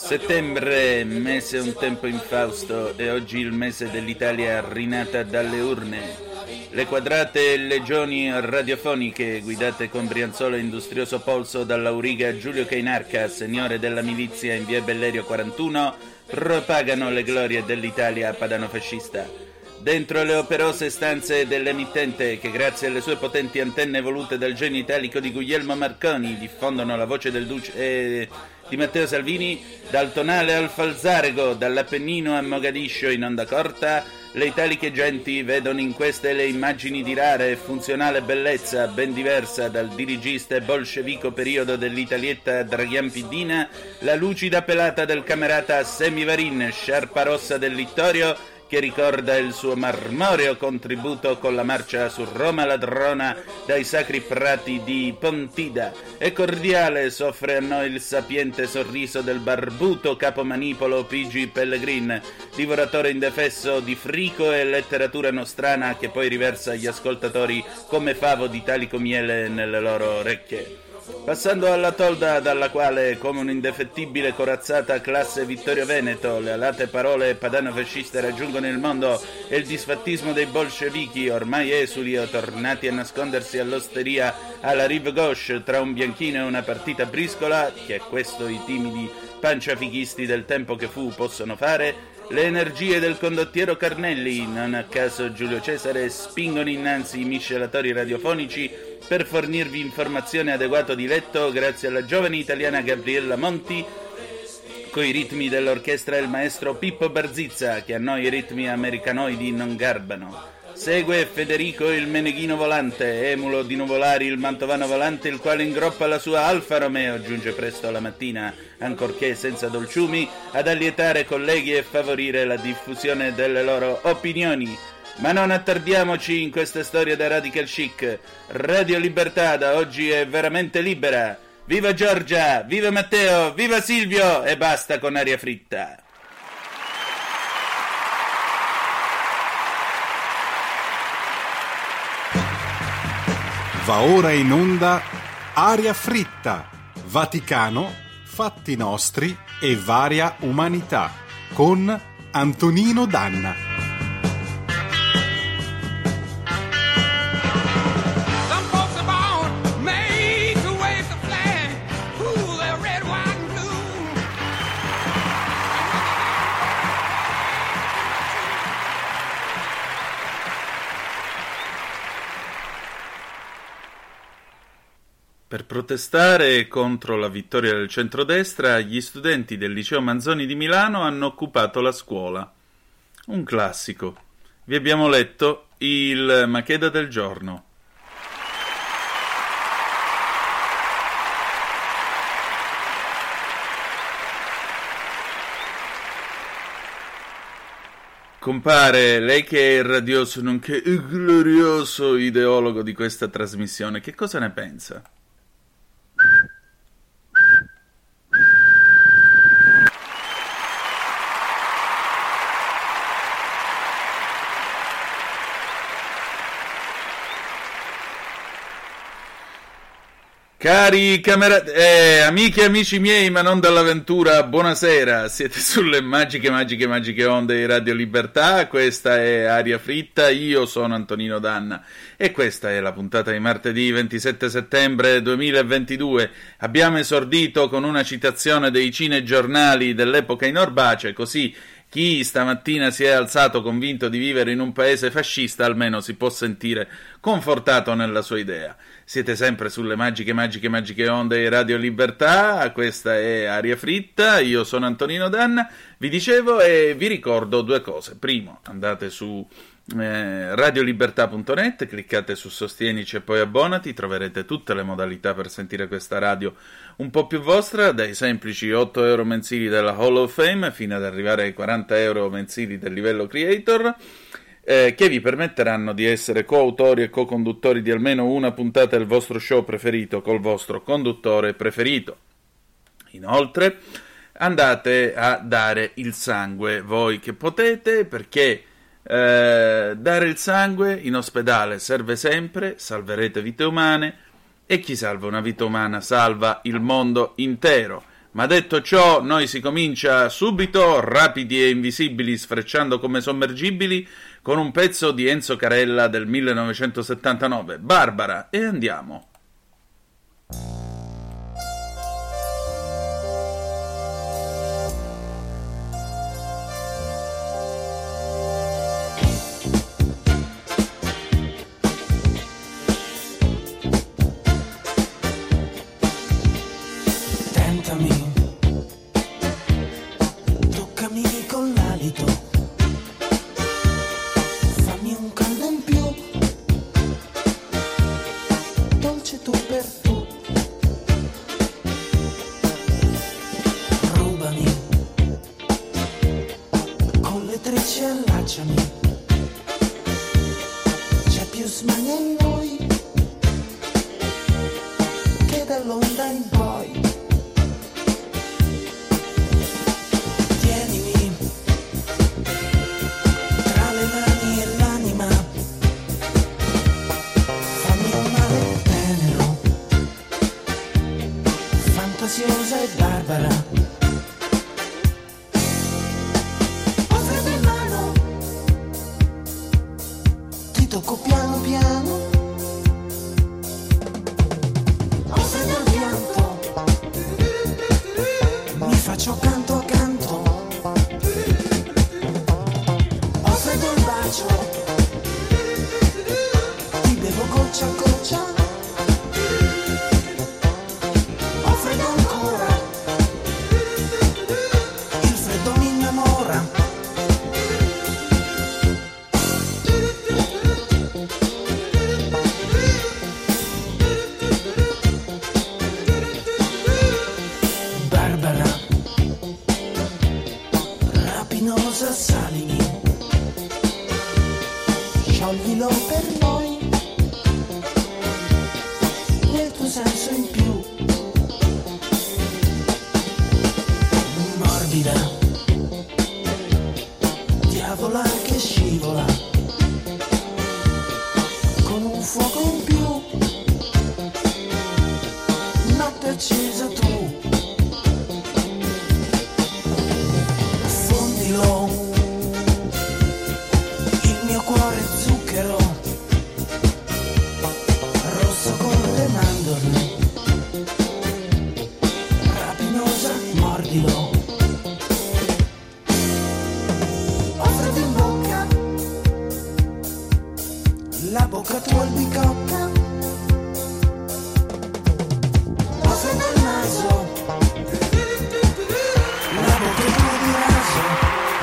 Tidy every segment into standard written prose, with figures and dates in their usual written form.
Settembre, mese un tempo infausto, e oggi il mese dell'Italia rinata dalle urne. Le quadrate legioni radiofoniche, guidate con Brianzolo e industrioso polso dall'auriga Giulio Cainarca, signore della milizia in via Bellerio 41, propagano le glorie dell'Italia padano-fascista. Dentro le operose stanze dell'emittente, che grazie alle sue potenti antenne volute dal genio italico di Guglielmo Marconi diffondono la voce del duce di Matteo Salvini, dal Tonale al Falzarego, dall'Appennino a Mogadiscio in onda corta, le italiche genti vedono in queste le immagini di rara e funzionale bellezza, ben diversa dal dirigista bolscevico periodo dell'Italietta Draghian-Piddina, la lucida pelata del camerata Semivarin, sciarpa rossa del Littorio, che ricorda il suo marmoreo contributo con la marcia su Roma ladrona dai sacri prati di Pontida, e cordiale soffre a noi il sapiente sorriso del barbuto capomanipolo P.G. Pellegrin, divoratore indefesso di frico e letteratura nostrana, che poi riversa agli ascoltatori come favo di italico miele nelle loro orecchie. Passando alla tolda dalla quale, come un'indefettibile corazzata classe Vittorio Veneto, le alate parole padano-fasciste raggiungono il mondo e il disfattismo dei bolscevichi, ormai esuli o tornati a nascondersi all'osteria alla rive gauche tra un bianchino e una partita briscola, che è questo i timidi panciafichisti del tempo che fu possono fare, le energie del condottiero Carnelli, non a caso Giulio Cesare, spingono innanzi i miscelatori radiofonici per fornirvi informazione adeguato di letto grazie alla giovane italiana Gabriella Monti, coi ritmi dell'orchestra il maestro Pippo Barzizza, che a noi i ritmi americanoidi non garbano. Segue Federico il Meneghino Volante, emulo di Nuvolari il Mantovano Volante, il quale ingroppa la sua Alfa Romeo, giunge presto la mattina, ancorché senza dolciumi, ad allietare colleghi e favorire la diffusione delle loro opinioni. Ma non attardiamoci in queste storie da radical chic. Radio Libertà da oggi è veramente libera. Viva Giorgia, viva Matteo, viva Silvio e basta con aria fritta. Va ora in onda Aria fritta, Vaticano, fatti nostri e varia umanità, con Antonino Danna. Per protestare contro la vittoria del centrodestra, gli studenti del liceo Manzoni di Milano hanno occupato la scuola. Un classico. Vi abbiamo letto il Macheda del giorno. Compare, lei che è il radioso nonché il glorioso ideologo di questa trasmissione, che cosa ne pensa? Cari camerati, amiche e amici miei, ma non dall'avventura, buonasera, siete sulle magiche onde di Radio Libertà, questa è Aria Fritta, io sono Antonino Danna e questa è la puntata di martedì 27 settembre 2022. Abbiamo esordito con una citazione dei cinegiornali dell'epoca in orbace, così chi stamattina si è alzato convinto di vivere in un paese fascista almeno si può sentire confortato nella sua idea. Siete sempre sulle magiche onde di Radio Libertà, questa è Aria Fritta, io sono Antonino Danna, vi dicevo e vi ricordo due cose. Primo, andate su radiolibertà.net, cliccate su Sostienici e poi abbonati, troverete tutte le modalità per sentire questa radio un po' più vostra, dai semplici 8 euro mensili della Hall of Fame fino ad arrivare ai 40 euro mensili del livello Creator, che vi permetteranno di essere coautori e co-conduttori di almeno una puntata del vostro show preferito col vostro conduttore preferito. Inoltre andate a dare il sangue voi che potete, perché dare il sangue in ospedale serve sempre, salverete vite umane e chi salva una vita umana salva il mondo intero. Ma detto ciò, noi si comincia subito, rapidi e invisibili, sfrecciando come sommergibili, con un pezzo di Enzo Carella del 1979, Barbara, e andiamo. Toccami con l'alito, fammi un caldo in più, dolce tu per tu, rubami, con le trecce allacciami, c'è più smania in noi che dall'onda in poi. Fantasiosa e barbara, ho freddo in mano, ti tocco piano piano, ho freddo il pianto, mi faccio canto a canto, ho freddo il bacio, ti bevo goccia a goccia. Salimi, scioglilo per noi, nel tuo senso in più, morbida, diavola che scivola, con un fuoco in più, notte accesa tu, fondilo. Cuore zucchero, rosso come le mandorle, rapinosa, mordilo, ho freddo in bocca, la bocca tua albicocca, ho freddo il naso, la bocca tua di raso.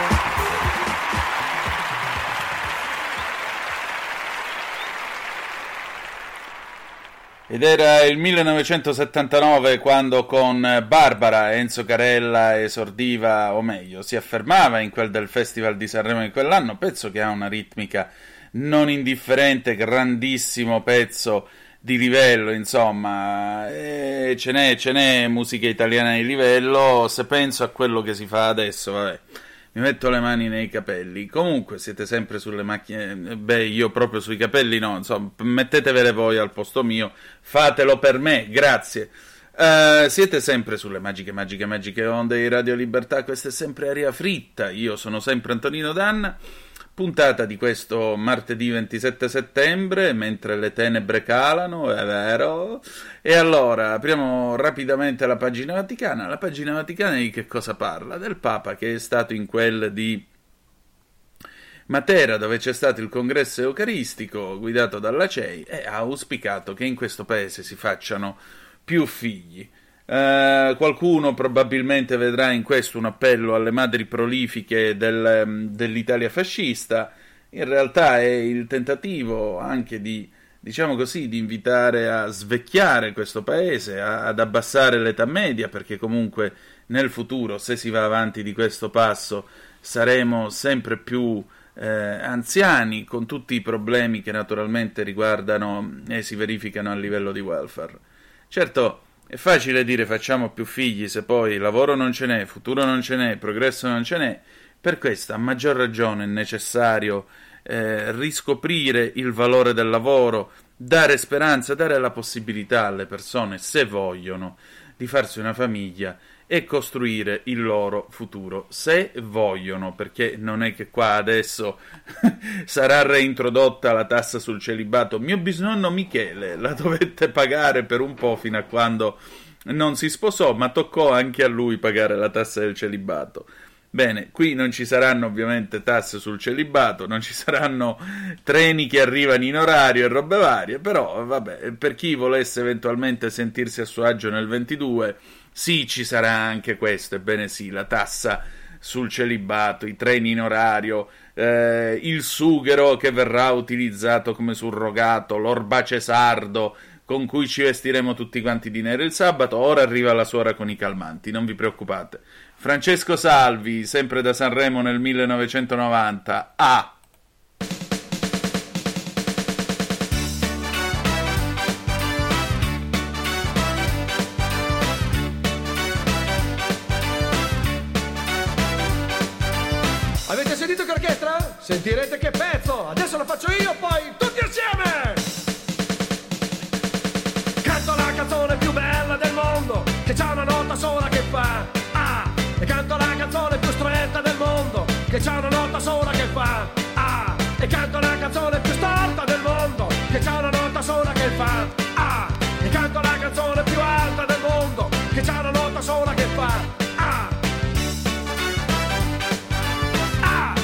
Ed era il 1979 quando con Barbara Enzo Carella esordiva, o meglio, si affermava in quel del Festival di Sanremo in quell'anno, pezzo che ha una ritmica non indifferente, grandissimo pezzo di livello, insomma, ce n'è musica italiana di livello. Se penso a quello che si fa adesso, vabbè, mi metto le mani nei capelli. Comunque siete sempre sulle macchine, io proprio sui capelli no, insomma, mettetevele voi al posto mio, fatelo per me, grazie. Siete sempre sulle magiche onde di Radio Libertà, questa è sempre Aria Fritta, io sono sempre Antonino Danna, puntata di questo martedì 27 settembre, mentre le tenebre calano, è vero. E allora, apriamo rapidamente la pagina vaticana. La pagina vaticana di che cosa parla? Del Papa che è stato in quel di Matera, dove c'è stato il congresso eucaristico guidato dalla CEI, e ha auspicato che in questo paese si facciano più figli. Qualcuno probabilmente vedrà in questo un appello alle madri prolifiche dell'Italia fascista. In realtà è il tentativo anche di, diciamo così, di invitare a svecchiare questo paese, ad abbassare l'età media, perché comunque nel futuro, se si va avanti di questo passo, saremo sempre più anziani, con tutti i problemi che naturalmente riguardano e si verificano a livello di welfare. Certo, è facile dire facciamo più figli se poi lavoro non ce n'è, futuro non ce n'è, progresso non ce n'è. Per questo a maggior ragione è necessario riscoprire il valore del lavoro, dare speranza, dare la possibilità alle persone, se vogliono, di farsi una famiglia e costruire il loro futuro, se vogliono, perché non è che qua adesso sarà reintrodotta la tassa sul celibato. Mio bisnonno Michele la dovette pagare per un po' fino a quando non si sposò, ma toccò anche a lui pagare la tassa del celibato. Bene, qui non ci saranno ovviamente tasse sul celibato, non ci saranno treni che arrivano in orario e robe varie, però vabbè, per chi volesse eventualmente sentirsi a suo agio nel 22, sì, ci sarà anche questo, ebbene sì, la tassa sul celibato, i treni in orario, il sughero che verrà utilizzato come surrogato, l'orbace sardo con cui ci vestiremo tutti quanti di nero il sabato. Ora arriva la suora con i calmanti, non vi preoccupate. Francesco Salvi, sempre da Sanremo nel 1990, A. Avete sentito che orchestra? Sentirete che pezzo! Adesso lo faccio io, poi tutti assieme! Canto la canzone più bella del mondo, che c'ha una nota sola che fa A. E canto la canzone più stretta del mondo, che c'ha una nota sola che fa A. E canto la canzone più storta del mondo, che c'ha una nota sola che fa A. E canto la canzone più alta del mondo, che c'ha una nota sola che fa A. A.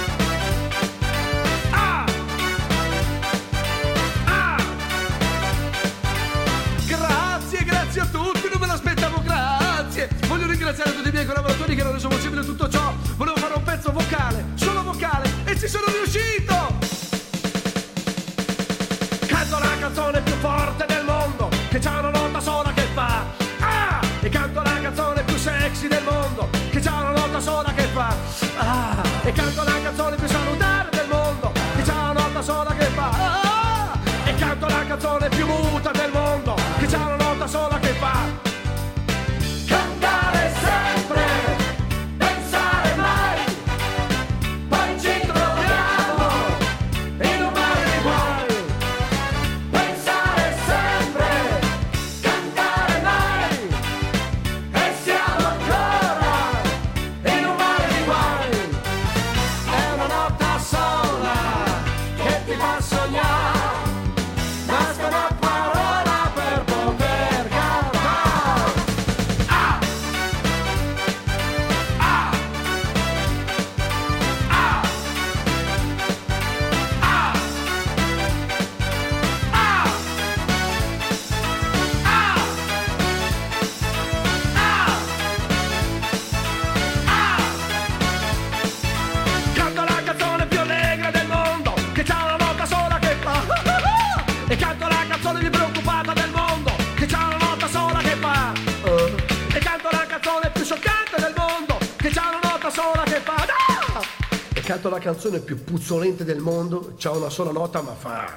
A. A. Grazie a tutti, non me l'aspettavo, grazie. Voglio ringraziare tutti i miei collaboratori che hanno reso possibile tutto ciò. Volevo fare un pezzo vocale, solo vocale, e ci sono riuscito. Canto la canzone più forte del mondo, che c'ha una nota sola che fa A. E canto la canzone più sexy del mondo, che c'ha una nota sola che fa A. E canto la canzone più salutare del mondo, che c'ha una nota sola che fa A. E canto la canzone più muta del mondo, che c'ha una nota sola che fa. Cantare sempre, pensare mai, poi ci troviamo in un mare di guai. Pensare sempre, cantare mai, e siamo ancora in un mare di guai. È una nota sola che ti fa sognare, basta una parola per poter cantare. Ah! Ah! Ah! Ah! Ah! Canto la canzone più allegra del mondo, che c'ha una nota sola che fa. E canto la canzone più preoccupata del mondo, che c'ha una nota sola che fa. E canto la canzone più scioccante del mondo, che c'ha una nota sola che fa. E canto la canzone più puzzolente del mondo, c'ha una sola nota ma fa.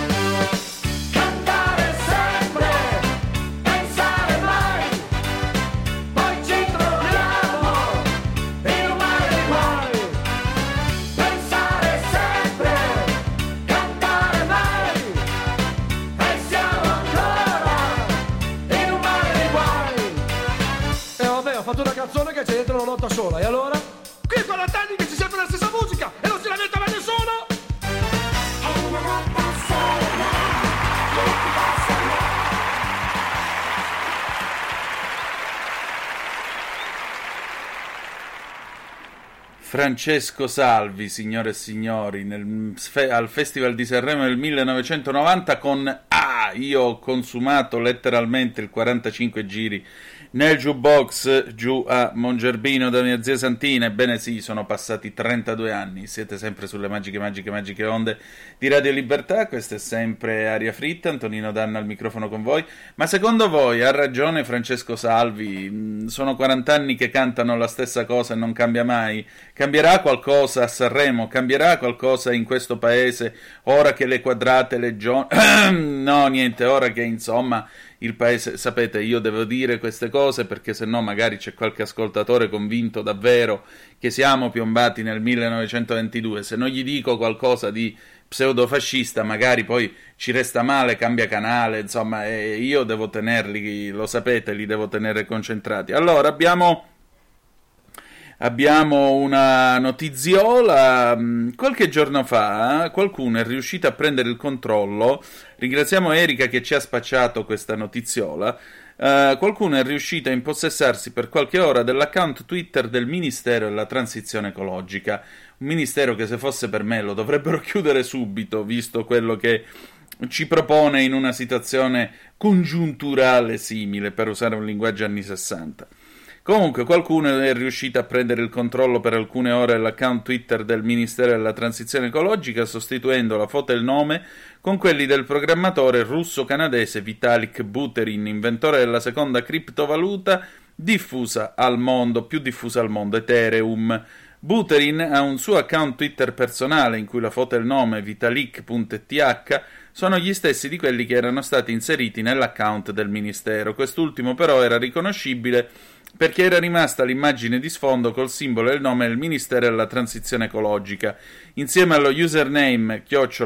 Cantare sempre, pensare mai, poi ci troviamo in un mare di guai. Pensare sempre, cantare mai, e siamo ancora in un mare di guai. E vabbè, ho fatto una canzone che c'è dentro una nota sola, e allora? Qui è 40 anni che si sente la stessa musica e non si lamenta mai nessuno! È una nota sola, che ti fa sognare. Francesco Salvi, signore e signori, al Festival di Sanremo del 1990 con A. Io ho consumato letteralmente il 45 giri nel jukebox giù a Mongerbino da mia zia Santina. Ebbene sì, sono passati 32 anni, siete sempre sulle magiche onde di Radio Libertà, questa è sempre Aria Fritta, Antonino Danna al microfono con voi. Ma secondo voi ha ragione Francesco Salvi? Sono 40 anni che cantano la stessa cosa e non cambia mai? Cambierà qualcosa a Sanremo? Cambierà qualcosa in questo paese ora che le quadrate, le no, niente, ora che insomma il paese, sapete, io devo dire queste cose perché se no magari c'è qualche ascoltatore convinto davvero che siamo piombati nel 1922, se non gli dico qualcosa di pseudofascista magari poi ci resta male, cambia canale, insomma, e io devo tenerli, lo sapete, li devo tenere concentrati. Allora abbiamo una notiziola. Qualche giorno fa qualcuno è riuscito a prendere il controllo, ringraziamo Erika che ci ha spacciato questa notiziola. Qualcuno è riuscito a impossessarsi per qualche ora dell'account Twitter del Ministero della Transizione Ecologica, un ministero che se fosse per me lo dovrebbero chiudere subito, visto quello che ci propone in una situazione congiunturale simile, per usare un linguaggio anni 60. Comunque qualcuno è riuscito a prendere il controllo per alcune ore dell'account Twitter del Ministero della Transizione Ecologica, sostituendo la foto e il nome con quelli del programmatore russo-canadese Vitalik Buterin, inventore della seconda criptovaluta più diffusa al mondo, Ethereum. Buterin ha un suo account Twitter personale in cui la foto e il nome vitalik.eth sono gli stessi di quelli che erano stati inseriti nell'account del Ministero. Quest'ultimo però era riconoscibile perché era rimasta l'immagine di sfondo col simbolo e il nome del Ministero della Transizione Ecologica, insieme allo username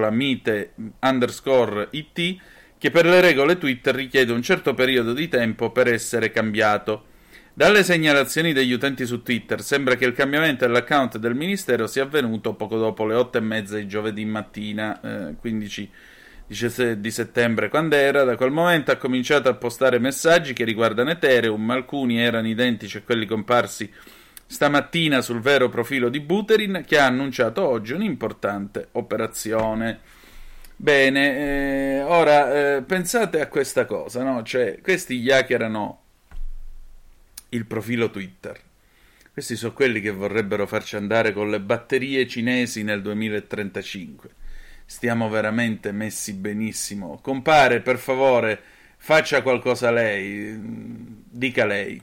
@mite_it, che per le regole Twitter richiede un certo periodo di tempo per essere cambiato. Dalle segnalazioni degli utenti su Twitter sembra che il cambiamento dell'account del Ministero sia avvenuto poco dopo le 8:30 di giovedì mattina, 15 di settembre, quando era. Da quel momento ha cominciato a postare messaggi che riguardano Ethereum, alcuni erano identici a quelli comparsi stamattina sul vero profilo di Buterin, che ha annunciato oggi un'importante operazione. Bene, ora pensate a questa cosa, no? Cioè, questi hackerano il profilo Twitter. Questi sono quelli che vorrebbero farci andare con le batterie cinesi nel 2035. Stiamo veramente messi benissimo. Compare, per favore, faccia qualcosa lei. Dica lei.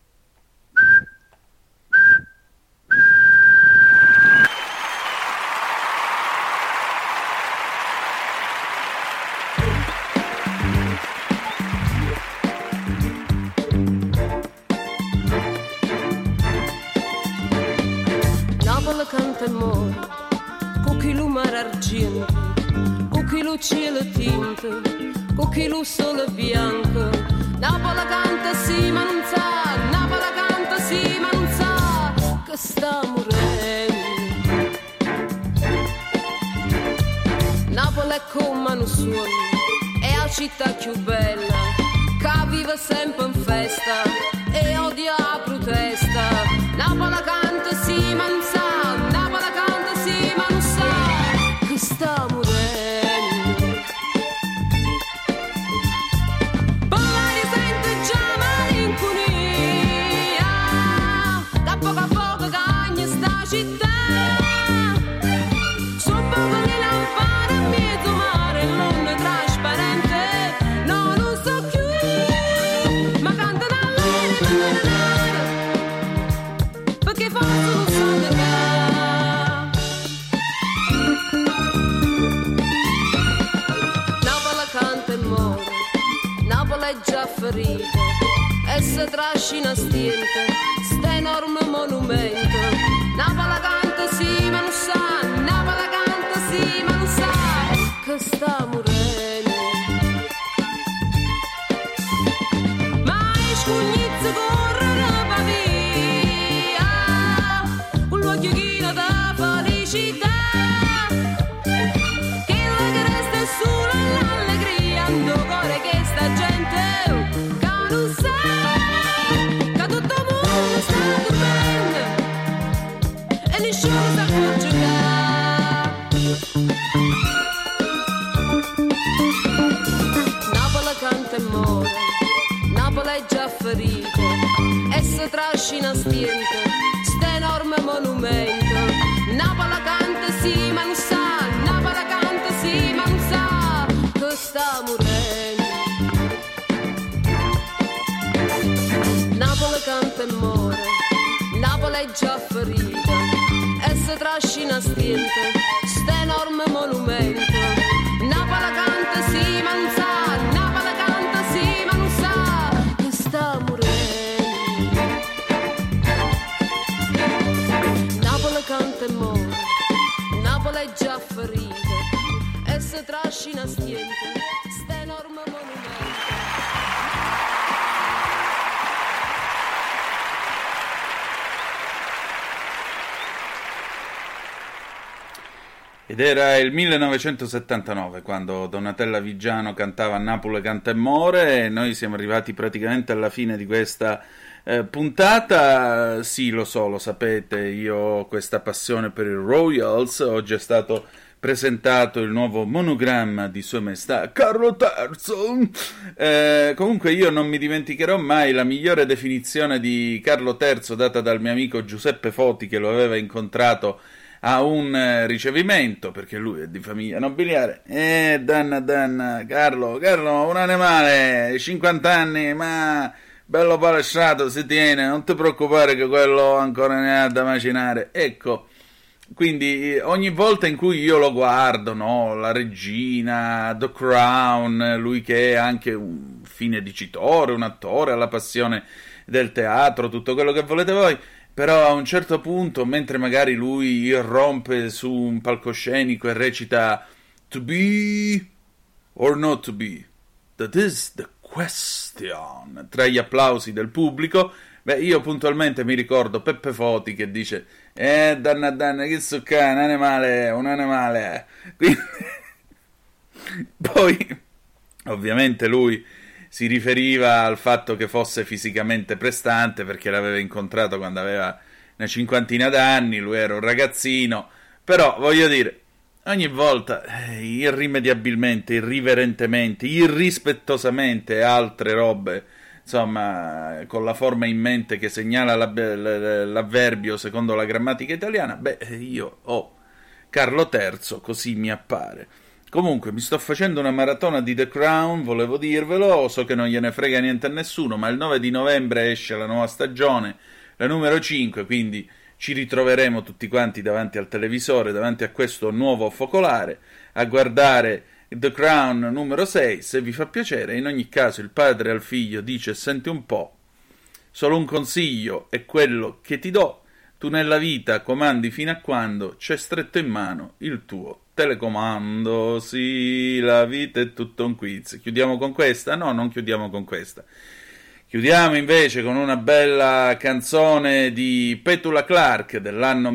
Napoli canta e muore, con chi lo mare argento, con chi lo cielo tinto, con chi lo sole bianco. Napoli canta sì ma non sa, Napoli canta sì ma non sa che sta morendo. Napoli è come un sogno, è la città più bella, che vive sempre in festa e odia la protesta. Napoli canta sì ma non sa, Napoli canta sì ma non sa che sta morendo. Poi sente già malinconia, da poco a poco cagna sta città. Sono poco le lampade a mezzo mare, l'onda trasparente, no non so più, ma canta dall'aria, perché forse non so da là. Napoli canta e muore, Napoli è già ferita e si trascina stiente, sta enorme monumento. Napoli canta sì ma non sa, Napoli canta sì ma non sa che sta morendo. Ma i scugnizzi corrono per via, un luoghino da felicità, che la che resta è solo l'allegria, un cuore che sta gente che non sa che tutto il mondo sta dormendo e nessuno sa giocare. Napoli canta e muore, Napoli è già ferita e si trascina stiente, sta enorme monumento. Napoli canta sì ma non sa, Napoli canta sì ma non sa che sta morendo. Napoli canta e muore, Napoli è già ferita e si trascina stiente, sta enorme monumento. Napoli canta sì ma non sa, Ed era il 1979 quando Donatella Vigiano cantava Napoli canta e more, e noi siamo arrivati praticamente alla fine di questa puntata. Sì, lo so, lo sapete, io ho questa passione per i Royals. Oggi è stato presentato il nuovo monogramma di Sua Maestà Carlo III. Comunque io non mi dimenticherò mai la migliore definizione di Carlo III data dal mio amico Giuseppe Foti, che lo aveva incontrato a un ricevimento, perché lui è di famiglia nobiliare. Danna, Carlo, un animale, 50 anni, ma bello palestrato, si tiene, non ti preoccupare che quello ancora ne ha da macinare. Ecco, quindi ogni volta in cui io lo guardo, no, la regina, The Crown, lui che è anche un fine dicitore, un attore, ha la passione del teatro, tutto quello che volete voi, però a un certo punto, mentre magari lui irrompe su un palcoscenico e recita To be or not to be, that is the question, tra gli applausi del pubblico, beh, io puntualmente mi ricordo Peppe Foti che dice danna, che succà, un animale. Quindi poi ovviamente lui si riferiva al fatto che fosse fisicamente prestante, perché l'aveva incontrato quando aveva una cinquantina d'anni, lui era un ragazzino, però voglio dire, ogni volta irrimediabilmente, irriverentemente, irrispettosamente, altre robe, insomma, con la forma in mente che segnala l'avverbio secondo la grammatica italiana, beh, io ho Carlo III, così mi appare. Comunque, mi sto facendo una maratona di The Crown, volevo dirvelo, so che non gliene frega niente a nessuno, ma il 9 di novembre esce la nuova stagione, la numero 5, quindi ci ritroveremo tutti quanti davanti al televisore, davanti a questo nuovo focolare, a guardare The Crown numero 6, se vi fa piacere. In ogni caso il padre al figlio dice: senti un po', solo un consiglio è quello che ti do, tu nella vita comandi fino a quando c'è stretto in mano il tuo telecomando. Sì, la vita è tutto un quiz. Chiudiamo con questa? No, non chiudiamo con questa. Chiudiamo invece con una bella canzone di Petula Clark dell'anno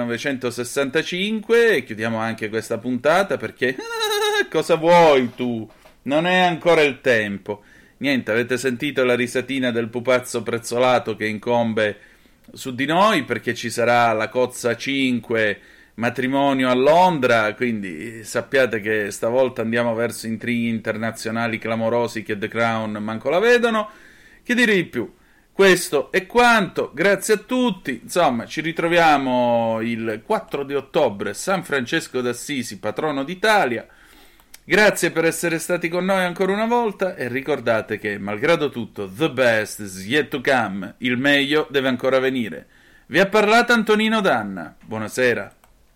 1965 e chiudiamo anche questa puntata perché cosa vuoi tu? Non è ancora il tempo. Niente, avete sentito la risatina del pupazzo prezzolato che incombe su di noi perché ci sarà la Cozza 5 matrimonio a Londra, quindi sappiate che stavolta andiamo verso intrighi internazionali clamorosi che The Crown manco la vedono. Che dire di più? Questo è quanto, grazie a tutti, insomma ci ritroviamo il 4 di ottobre, San Francesco d'Assisi, patrono d'Italia. Grazie per essere stati con noi ancora una volta e ricordate che, malgrado tutto, the best is yet to come, il meglio deve ancora venire. Vi ha parlato Antonino Danna, buonasera.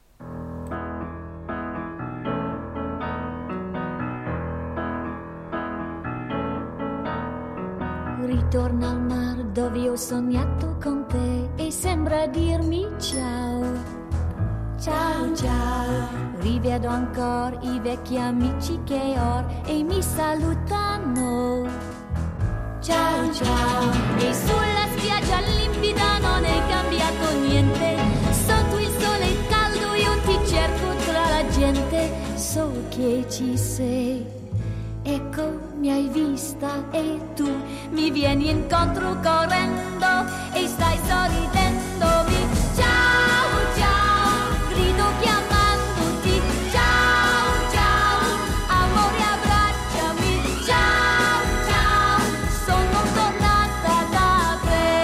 Ritorno al mar dove ho sognato con te e sembra dirmi ciao. Ciao, ciao. Rivedo ancora i vecchi amici che ho e mi salutano. Ciao, ciao. E sulla spiaggia limpida non è cambiato niente. Sotto il sole caldo io ti cerco tra la gente. So che ci sei. Ecco, mi hai vista e tu mi vieni incontro correndo e stai sorridendomi. Ciao, ciao, grido chiamandoti. Ciao, ciao, amore abbracciami. Ciao, ciao, sono tornata da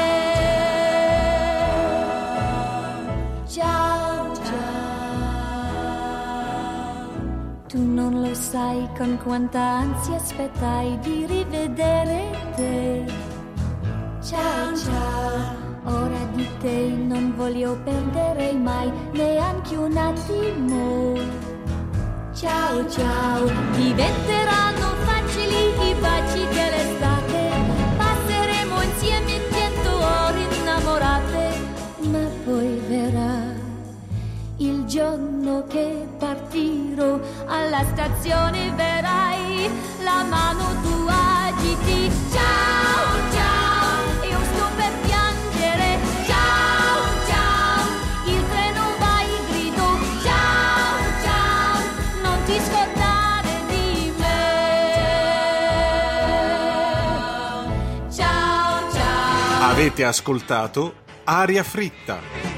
te. Ciao, ciao. Tu non lo sai con quanta ansia aspettai di rivedere te. Ciao, ciao, ora di te non voglio perdere mai neanche un attimo. Ciao, ciao, diventeranno facili i baci dell'estate. Passeremo insieme in 100 ore innamorate. Ma poi verrà il giorno che partirò, alla stazione verrai, la mano tu agiti. Ciao, ciao, io sto per piangere. Ciao, ciao, il treno va in grido. Ciao, ciao. ti scordare di me. Ciao ciao. Avete ascoltato Aria Fritta.